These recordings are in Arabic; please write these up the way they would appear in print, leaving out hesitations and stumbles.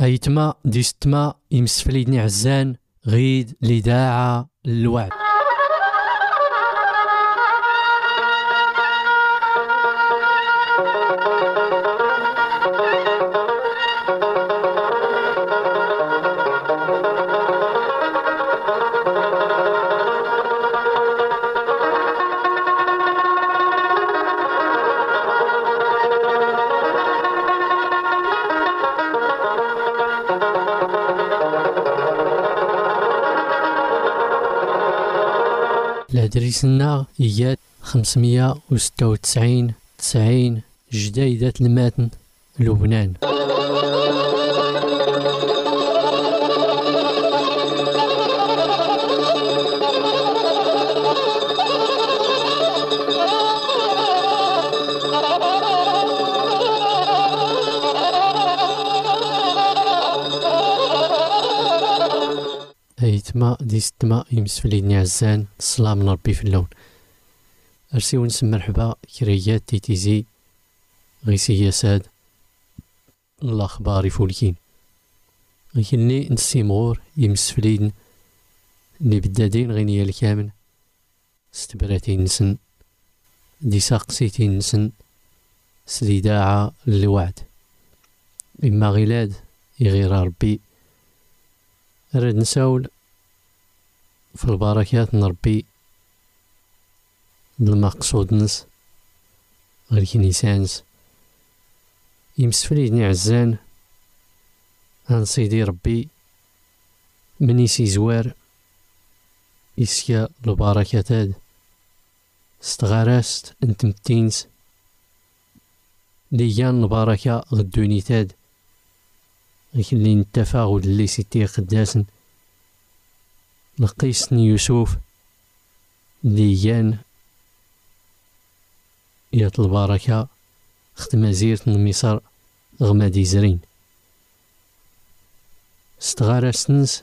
أيتما ديستما يمسفليدني عزان غيد لداعة الوعد. العدريسنا إيات 596 90 جديدة الماتن لبنان. أيتما ديستما يمسفليدني عزان الصلاة من ربي في اللون. أرسي ونسم مرحبا كريات تيتيزي غيسي ياساد الأخبار فولكين غيكني نسيمغور يمسفليدن اللي بدادين غينيا الكامل ستبراتين نسن دي ساقسيتين نسن سليداعة للوعد إما غيلاد يغير ربي رد نساول في البركات نربي بالمقصود نس غير كنيسانس يمسفليدني عزان عن سيدي ربي مني سيزوار يسيا البركات استغراست انتمتينس ليان البركة غدونيتاد لكن اللي نتفاغل اللي سيتي قداسن لقيسني يوسف ليان يات البركة ختم زيرة مصر غمادي زرين استغارسنس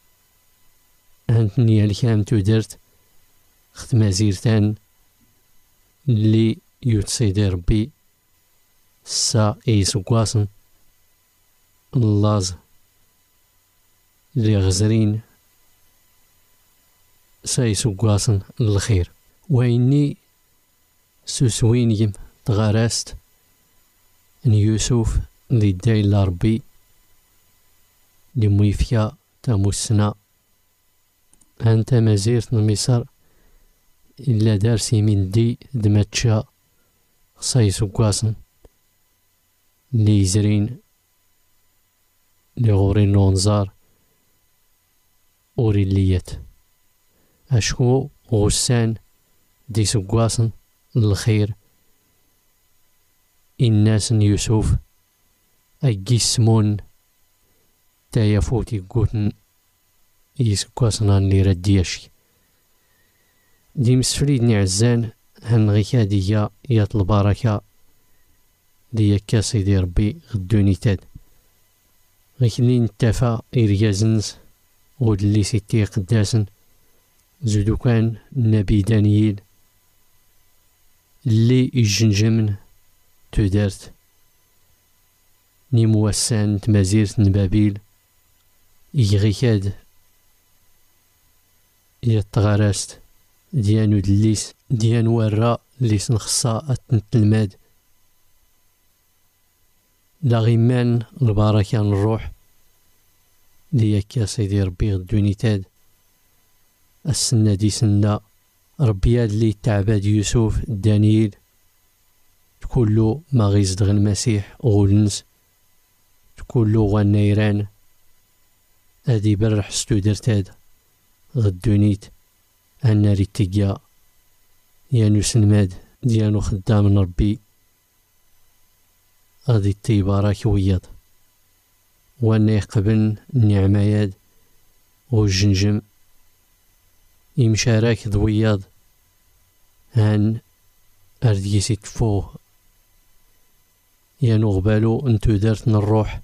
هانتني الكام تودرت ختم زيرتان اللي يتصيدي ربي سا ايسوكواسن اللاز اللي غزرين سايسوكواسن الخير وإني سوسوين يم تغارست ان يوسف اللي داي لربي اللي مويفيا تاموسنا انت مزيرت مصر الا دارسي من دي دمتشا سايسوكواسن اللي يزرين لغورين نونزار أوريليات أشكو غسان دي سقواسن الخير الناس يوسف أجسمون تايفوتي قوتن يسقواسن اللي ردياشي دي مسفريدني عزان هنغيكا ديا يات البركة ديا كاسي دي ربي غدوني تاد غيكني نتفا إريازنس ودلي سيتي قداسن زودو كان النبي دانييل اللي يجنجمن تودارت نيمواسان تمازيرت نبابيل يغيكاد يتغارست ديانو دليس ديان ورا اللي سنخصا التلماد لا غيمان البركة نروح ليك يا سيدي ربي غدوني تاد السنة دي سنة ربي اللي تعباد يوسف دانييل كله ما غيزدغ المسيح غولنس كله غنيران ادي برح ستودر تاد غدونيت انا ريتيجا يانو سنماد ديانو خدام ربي غادي التيباراك وياض وانا يقبن النعماياد والجنجم يمشاراك ضوياض هان ارديسي تفوه يانو غبالو انتو دارتنا الروح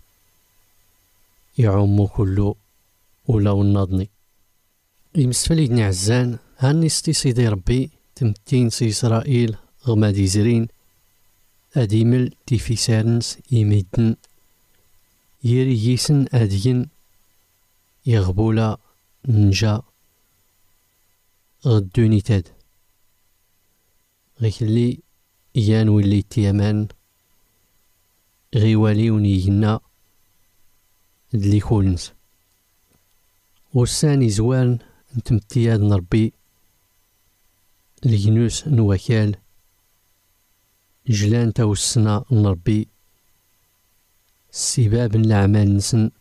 يعمو كله ولاو النضني يمسفليدني عزان هاني ستي سيدي ربي تمتين سي إسرائيل غمادي زرين أديمل تيفيسارنس يميدن يريسن أدين يغبولا نجا غدوني تاد غيكلي يان ولي تيامان غيوالي ونيجنا دلي كولنس والساني زوان نتمتياد نربي الجنوس نوكال جلان توسنا نربي السباب الأعمال نسن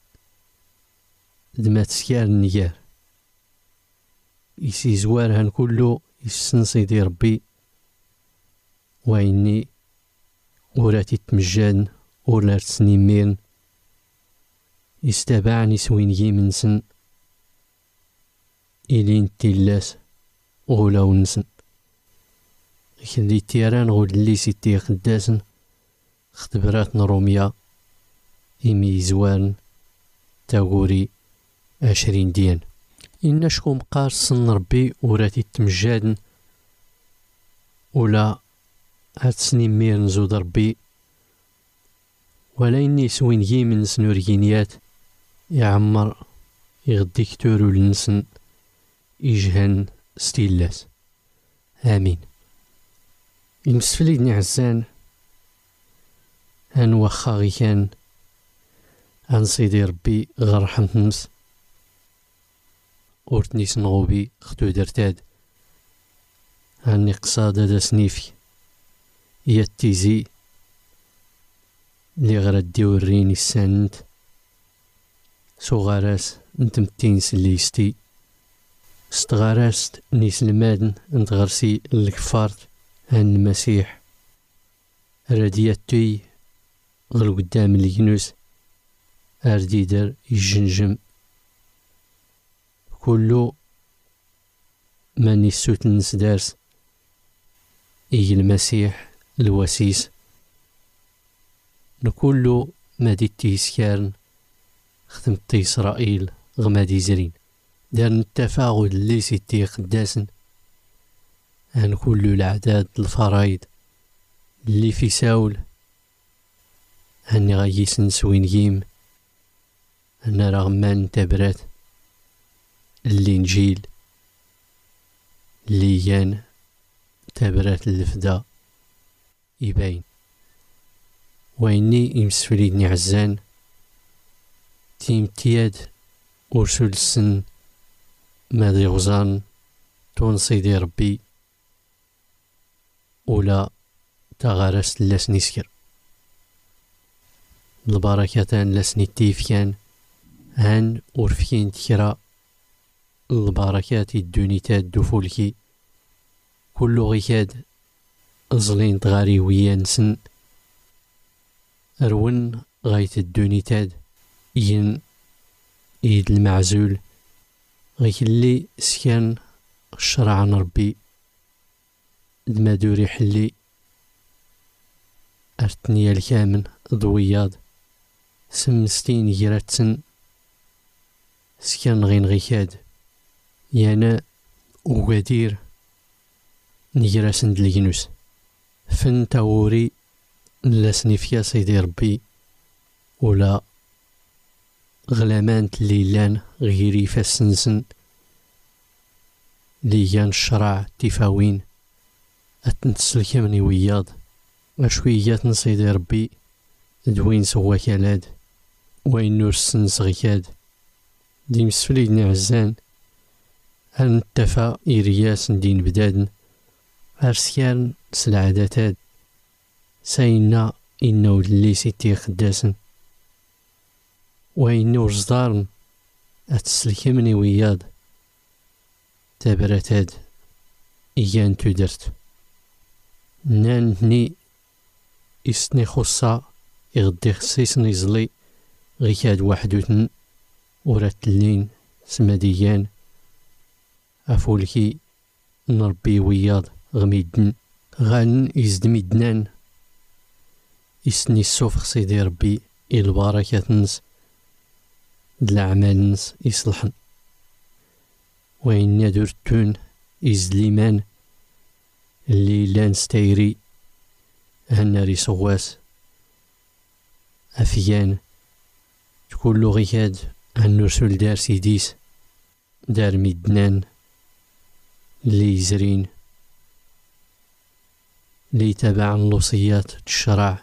دمات سكار النيار يسي زوار هان كله يسن سيدي ربي وإني وراتي تمجان ورات سنيمين يستبعني سوين يمنسن إلين تيلاس غولاو نسن خلي تيران غول اللي سيتي قداسن اختبرات نروميا إمي زوان تاغوري 20 ديان إن شكون قارص نربي وراتي تمجادن ولا هاد سنين مير نزود ربي ولا إني سوين يمن سنورينيات يعمر يغديك تورو لنسن يجهن ستيلاس آمين. المسفلي عزان هان واخا غي كان عن سيدي ربي غير رحمة نمس ورتني سنغوبي خدو درتاد هاني قصادة دا سنيفي يتيزي لي غردي وريني الساند صغاراس نتمتين سليستي استغاراست نيس المادن انتغرسي الكفارت هان المسيح رادياتي غير قدام الجنوس ارديدر يجنجم كله ماني السوت النسدارس إي المسيح الوسيس نكولو مادي تيسكارن خدمتي إسرائيل غمادي زرين دار التفاعل اللي سيتي قداسن هان كلو الأعداد الفرايد اللي في ساول هاني غايسن سوين جيم هانا رغمان تبرات الإنجيل اللي يان تبرات اللفدا يبين وإني يمسفليدني عزان تيمتياد ورسول السن مادي غزان تون سيدي ربي ولا تغارست لاس نسكر البركتان لاسني تيفيان هان ورفكين تكرا البركات الدونيتات دوفولكي كلو غيكاد ازلين تغاري ويانسن أرون غايت الدونيتاد ين إيد المعزول غيك اللي سكان الشرع ربي دمادوري حلي أرتنيا الكامن ضوياض سمستين جراتسن سكان غين غيكاد يانا وغادير نجراسن دلينوس فن تاوري لاسني فيا سيدي ربي ولا غلامان الليلان غيري فاسنسن ليان الشرع تفاوين أتنتسلكمني وياض أشويات نسيدي ربي دوين سوا كالاد وين نور السنس غيكاد دي مسفليدني عزان هل نتفا إرياس دين بدادن أرسيان سلعاداتاد ساينا إنو اللي سيتي خداسن وإنو رزدارن أتسلكمني وياض تابراتاد إيان تودرت نانتني إسني خصا يغدي خصيصن يزلي غيكاد وحدوتن وراتلين سماديان أفولكي نربي وياض غميدن غان يزدميدنان إسني السوفخ سيدي ربي البركة نس الأعمال نس يصلحن وإن درتون إزليمان اللي لان ستيري هناري سواس أفيان تكون له غيكاد عن نرسل دار سيديس دار ميدنان اللي يزرين اللي يتابع الوصيات الشرع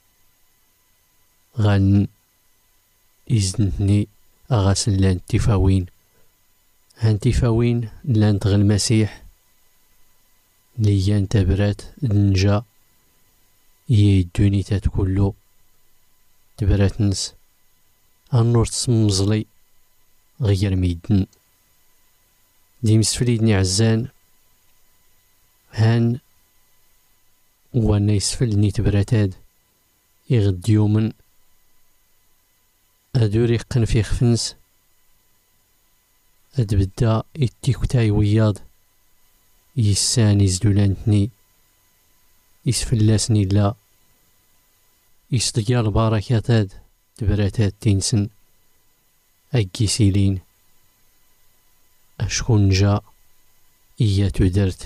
غان إذنني أغاسل لان تفاوين هان تفاوين لان تغل المسيح ليان تبرات النجا يدوني تاتكلو تبرات نس النور تسمزلي غير ميدن دي مسفليدني عزان هان وانا يسفلني تبراتاد يغد يومن ادوري قن في خفنس ادبدا يتيكوتاي وياض يساني زدولانتني يسفلاسني لا يستقيال باركاتاد تبراتاد تنسن أجي سيلين أشكون جا إيا تدرت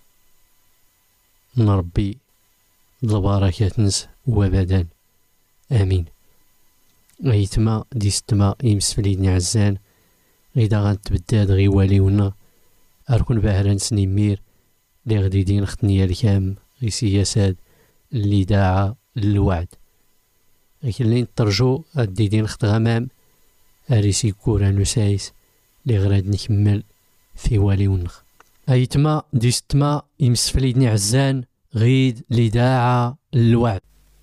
نربي البركات نس وبدان آمين. أيتما ديستما يمسفليدني عزان غيدا غنتبداد غيواليونا أركون باهران سنيمير لي غدي دين ختنيا الكام غي سياسات اللي داعا للوعد لكن لين ترجو غدي دين خت غمام أريسي كورا نسايس لي غراد نكمل في والي ونخ. أيتما ديستما يمسفليدني عزان غيد لي داعا للوعد.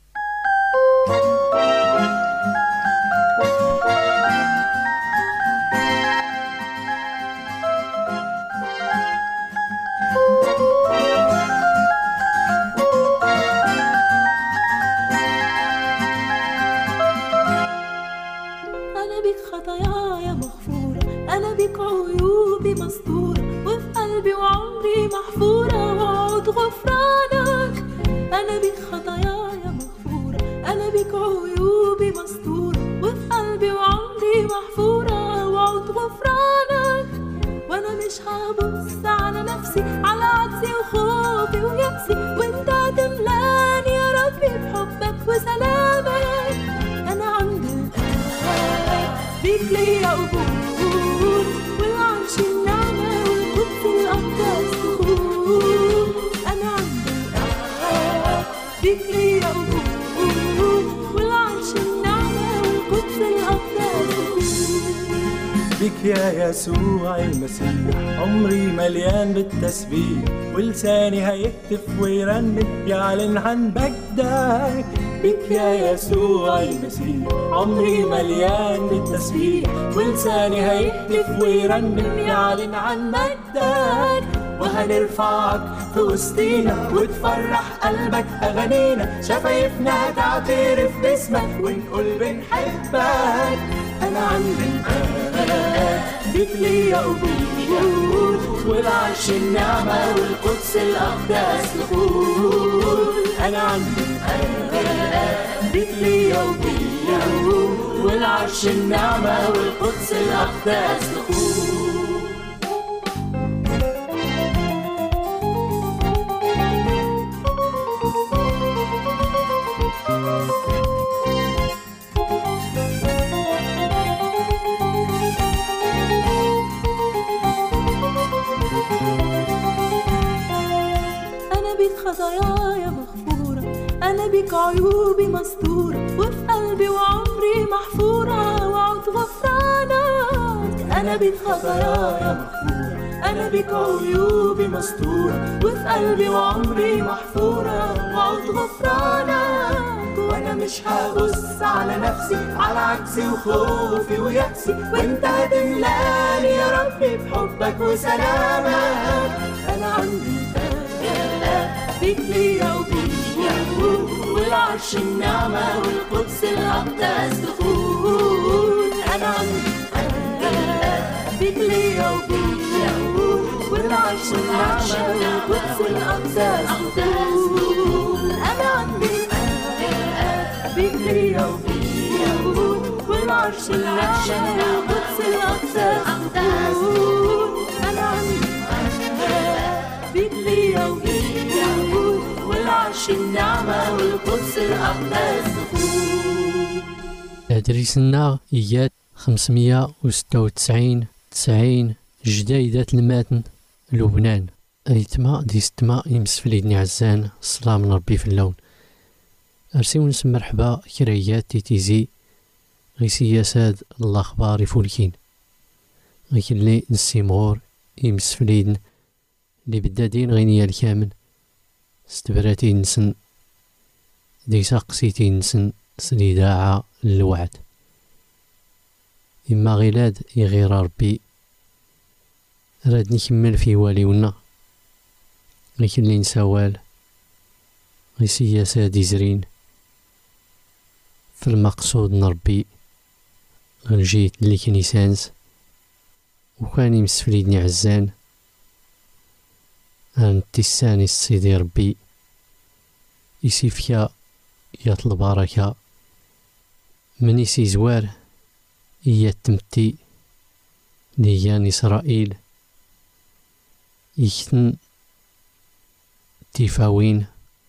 مستورة وفي قلبي وعمري محفورة وعود غفرانك. أنا بيك خطاياي مغفورة أنا بيك عيوبي مستورة وفي قلبي وعمري محفورة وعود غفرانك. وأنا مش هبص على نفسي على عجزي وخوفي ويأسي وانت هتملاني يا ربي بحبك وسلامك. أنا عند الآب بيك ليا قبول والعرش النعمة والقدس الأقدس دخول. أنا عند الآب بيك ليا قبول والعرش النعمة والقدس الأقدس دخول. بك يا يسوع المسيح عمري مليان بالتسبيح ولساني هيهتف ويرنم يعلن عن مجدك. بك يا يسوع المسيح عمري مليان بالتسبيح ولساني هيهتف ويرنم يعلن عن مجدك. وهنرفعك في وسطينا وتفرح قلبك أغانينا شفايفنا هتعترف باسمك ونقول بنحبك. أنا عند الآب بيك ليا قبول والعرش النعمة والقدس الأقدس دخول. أنا عند الآب بيك ليا قبول والعرش النعمة والقدس الأقدس دخول. خطاياي مغفورة أنا بيك عيوبي مستورة وفي قلبي وعمري محفورة وعود غفرانك. أنا بيك خطاياي مغفورة أنا بيك عيوبي مستورة وفي قلبي وعمري محفورة وعود غفرانك. وأنا مش هبص على نفسي على عجزي وخوفي ويأسي وانت هتملاني يا ربي بحبك وسلامك. أنا عندي بيك ليا وبيا والعرش النعمة والقدس الأقدس دخول. أنا عندي بيك ليا وبيا والعرش النعمة والقدس الأقدس دخول. أنا عندي بيك ليا وبيا والعرش النعمة والقدس الأقدس دخول. أنا عندي بيك ليا وبيا والعرش النعمة والقدس الأقدس دخول. أدريسنا إيات 596 90 جديدة الماتن لبنان. أيتما ديستما يمسفليدني عزان الصلاة من ربي في اللون. أرسيو نسم مرحبا كريات تيتيزي غي سياساد الأخبار يفولكين غي كلي نسيمغور يمسفليدن اللي بدادين غينيا الكامل استبراتي نسن دي ساقسيتي نسن سليداعة الوعد إما غيلاد يغير ربي راد نكمل في واليونا لكن اللي نسوال غي سياسة ديزرين في المقصود نربي غنجيت اللي كنيسانس وكان يمسفليدني عزان أن تساني السيدي ربي يسيفيا يطلب بركة من يسي زوار يتمتي ليان إسرائيل يكتن تيفاوين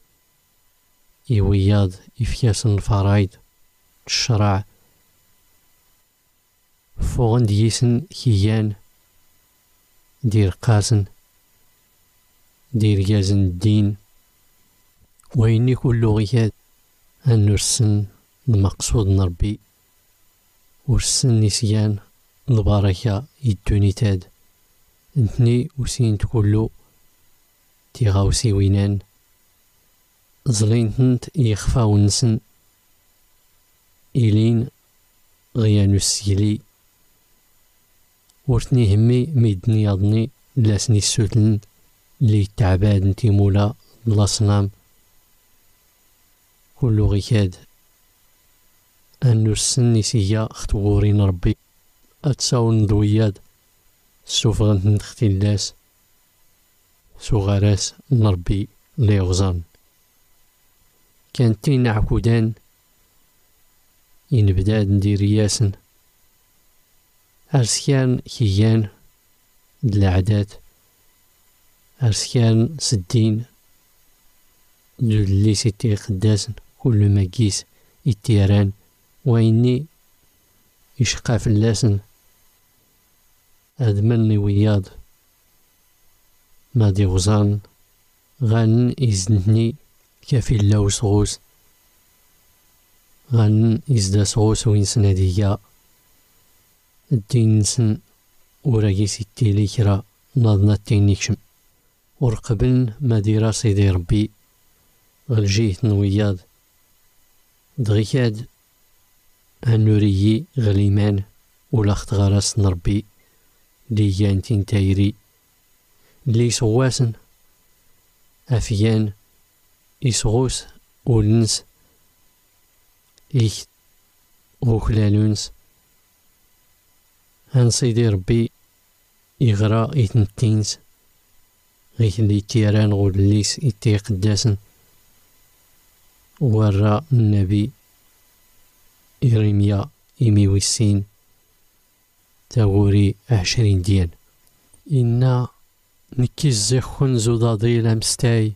يوياض يفياس الفرايد الشرع فوغن ديسن كيان دير قاسن دير جازن الدين ويني كل غياد أن نرسن المقصود نربي ورسن نسيان البركة يدوني تاد انتني وسينت كلو تيغاوسي وينان زلينتنت يخفى ونسن إلين غيانو السيلي ورتني همي ميدني يضني لاسني السوتلن لي تعباد نتي مولا الأصنام كل غيكاد أن نرسن نسيا خطورين ربي أتساون ضوياد سوفغنت نختي اللاس سوغاراس نربي ليغزان كانتين عكودان ينبداد ندير ياسن أرسكان كيان العادات أرسكان سدين اللي سيتي قداسن كل ما كيس التيران ويني يشقى في اللاسن أدمني وياض ما دي غزان غان إزنتني كافي اللو صغوس غان إزدا صغوس وينسن هدية الدين نسن وراجي ستي ليكرا ناضنا التينيكشم ورقبن ما ديرا سيدي ربي غلجيت نوياض دغيكاد هنوريي غليمان ولا خت غراس نربي ليانتين تايري لي سواسن أفيان إسغوس ولنس إيك غوكلالونس هان سيدي ربي يغرا إتنتينس غيك اللي تيران غوليس إتي قداسن ورا النبي إرميا إمي ويسين تاوري 20 ديان إنا نكيز زيخون زودادي لامستاي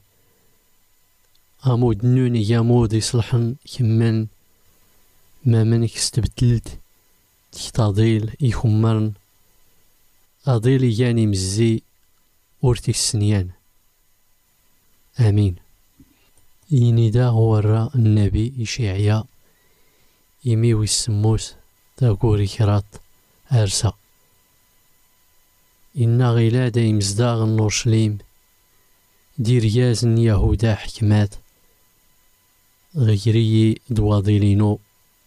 أمود نوني يامود يصلحن كمان ما منك استبدلت تيتاضيل يخمرن أضيل ياني مزي أورتي السنيان آمين. إني دا ورا النبي إشعيا يمي ويسموس تاكوري كرات أرسا إنا غيلادا يمزداغ النورشليم دير يازن يهودا حكمات غيري دواضيلينو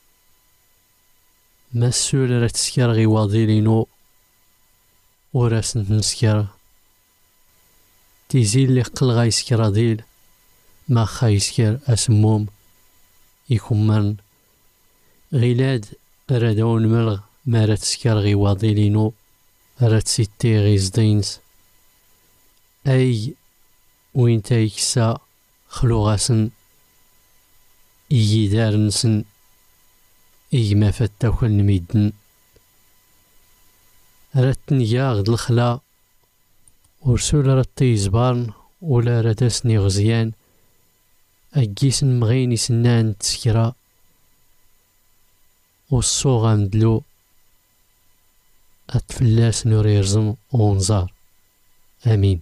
ما السول راه تسكر غي واضيلينو وراسن نسكر تيزيل اللي قل غايسكر ديل ما خايسكر أسموم يكمرن غيلاد رادون ملغ ما راه تسكر غي واضيلينو راه تسيتي غي زدينس أي وين تايكسا خلوغاسن يدارنسن ما فتاوك الميدن راتن ياغد الخلا ورسول راتي زبارن ولا راتسني غزيان أجيسن مغيني سنان تسكرا والصو غامدلو أتفلاس نوريرزم ونزار. آمين.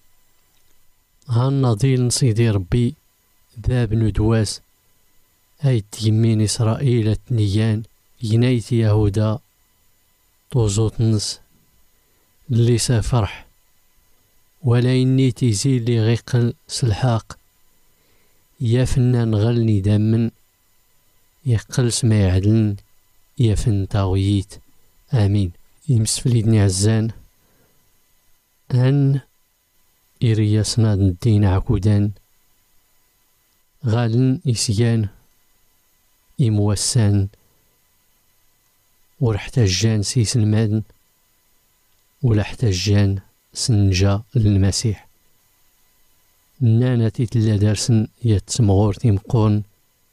هالنضيل سيدي ربي باب ندواس أي تيمين إسرائيل التنيان ينايت يهودا طوزوت نس اللي سافرح ولا إني تيزي اللي غيقل سلحاق يا فنان غلني دامن يقل سما يعدلن يا فن تاويت. آمين. يمسفليدني عزان أن إرياسنا الدين عكودان غالن إسيان إموسان ورحتاجان سيس المادن ولا احتاجان سنجا للمسيح. نانا تيتلا دارسن يتسمغور تيمقون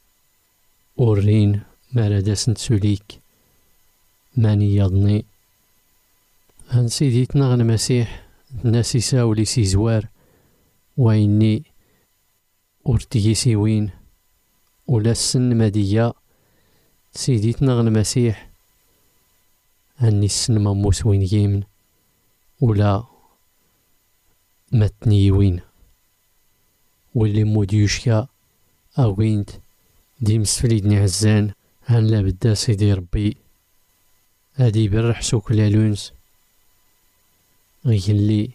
ورين مارداسن تسوليك ماني يضني هن سيديتنا غن مسيح الناس يساولي سي زوار ويني ورتيسي وين ولا السن مادية سيديتنا غن مسيح هني السن ماموس وين يمن ولا متني وين واللي موديوشكا أوينت دي مسفليدني عزان هن لابد سيدي ربي هادي برح سوك لالونس غيلي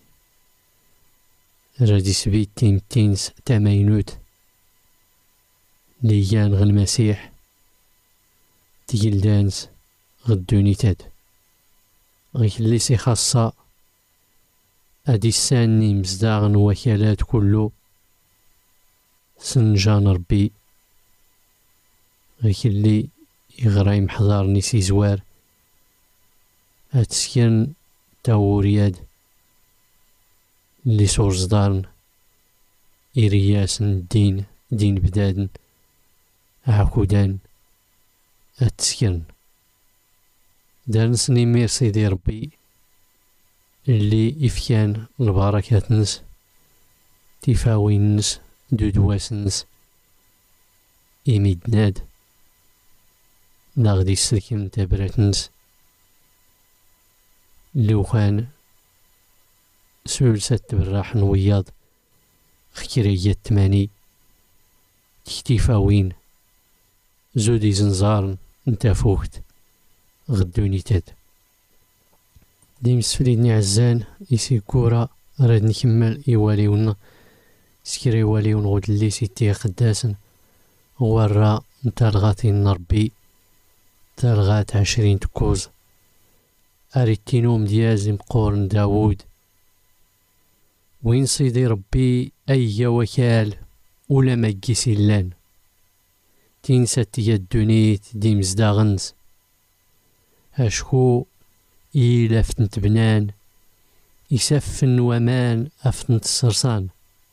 رادي سبيت تيمتينس تماينوت ليان غن مسيح تيلدانس غدوني تاد غيلي سي خاصة هادي الساني مزداغن وكالات كلو سنجان ربي غيلي يغراي محضارني سي زوار هاتسكن تاورياد اللي سورزدارن إرياسن الدين دين بدادن عكودان هاتسكن دارنسني مير سيدي ربي اللي إفكان البركات نس تفاوين نس دودواس نس إميدناد ناغدي السلكم تابرات نس لو كان سلسة براح نوياض خكرية تماني تكتيفاوين زودي زنزارن انت فوقت غدوني تاد ديم سفليدني عزان يسي كورا راد نكمل إيواليون سكري واليون غود اللي سيتي قداسن ورا نتا لغاتين ربي تلغات 20 تكوز أريتينوم ديازم قورن داوود وين سيدي ربي أي وكال ولا مجيس اللان تنسات يدونيت ديم زداغنز هاشكو إلا فتنت بنان يسفن ومان أفتنت السرسان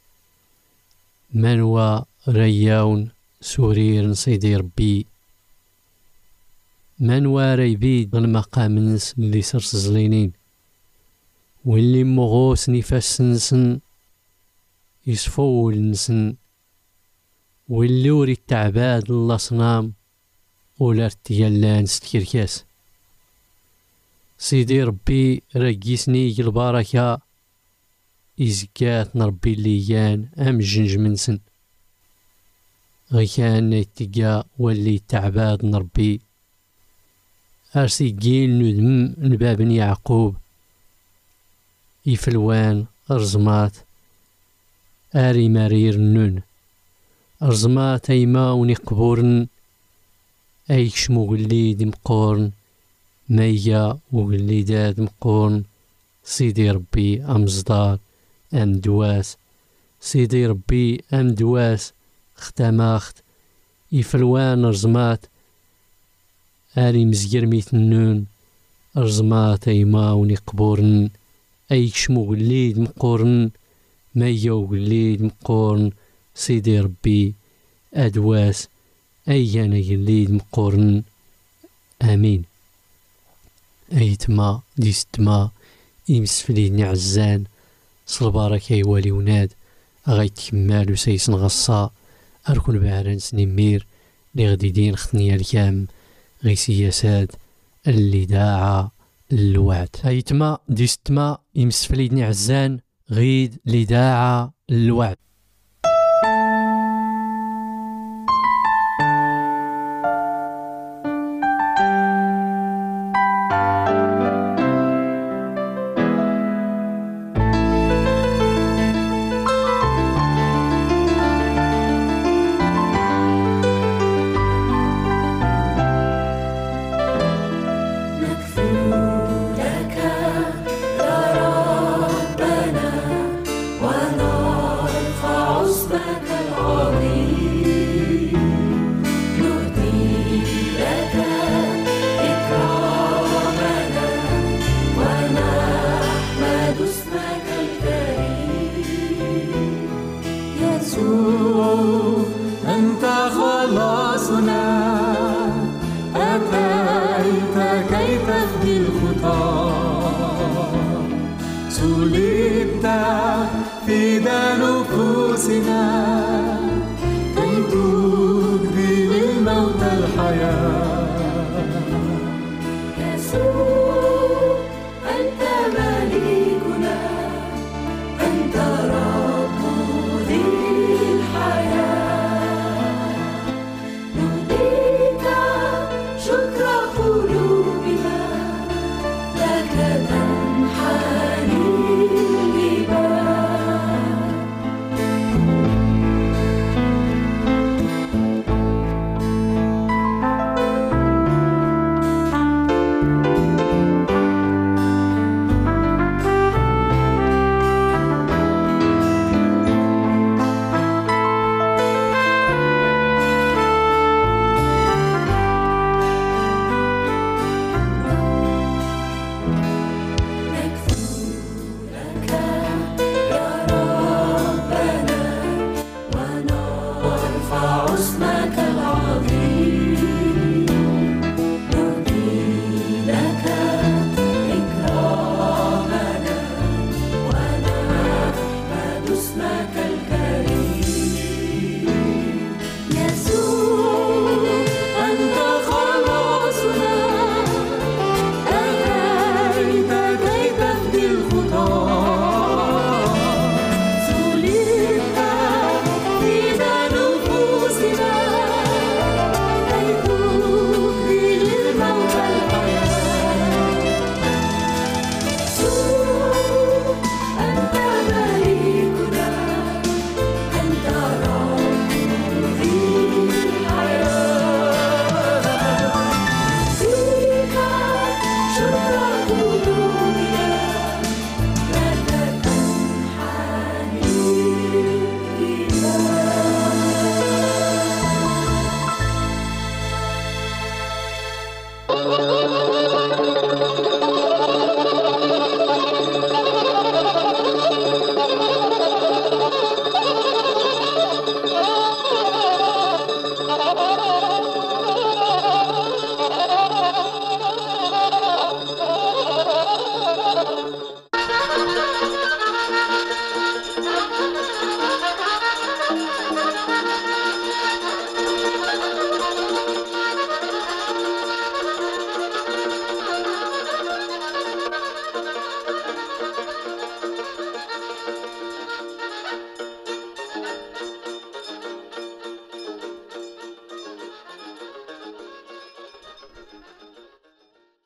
منوى رياون سورير سيدي ربي منوى ريبيد المقام نس اللي سرس زلينين واللي مغوس نفاس نسن يصفول نسن واللي وري التعباد الأصنام ولا ارتيالان ستكركاس سيدي ربي رقيسني البركة إزكات نربي الليان أم جنج منسن غيكان يتقى واللي تعباد نربي أرسي جيل ندم نبابن يعقوب يفلوان أرزمات آري مرير نون أرزمات أيما ونقبورن أيكش مغليد مقورن ميا وغليداد مقورن سيدي ربي أمزدار أم دواس سيدي ربي أم دواس ختماخت يفلوان أرزمات آري مزجر ميتنون أرزمات أيما ونقبورن أيكش مغليد مقورن ميا وغليد مقورن سيدي ربي أدواس أيانا غليد مقورن. آمين. أيتما ديستما إمسفليني عزان صلبارك يوالي وناد أغايت كمال وسيسن غصا أركن بعران سنمير لغديدين ختنيا الكام غي سياسات اللي داعى الوعد. أيتما ديستما يمسفليدني عزان غيد اللي داعى الوعد. أنت خلاصنا، أتيت كي تفدي الخطاة، صلبت فداء نفوسنا كي تجدي للموت الحياة.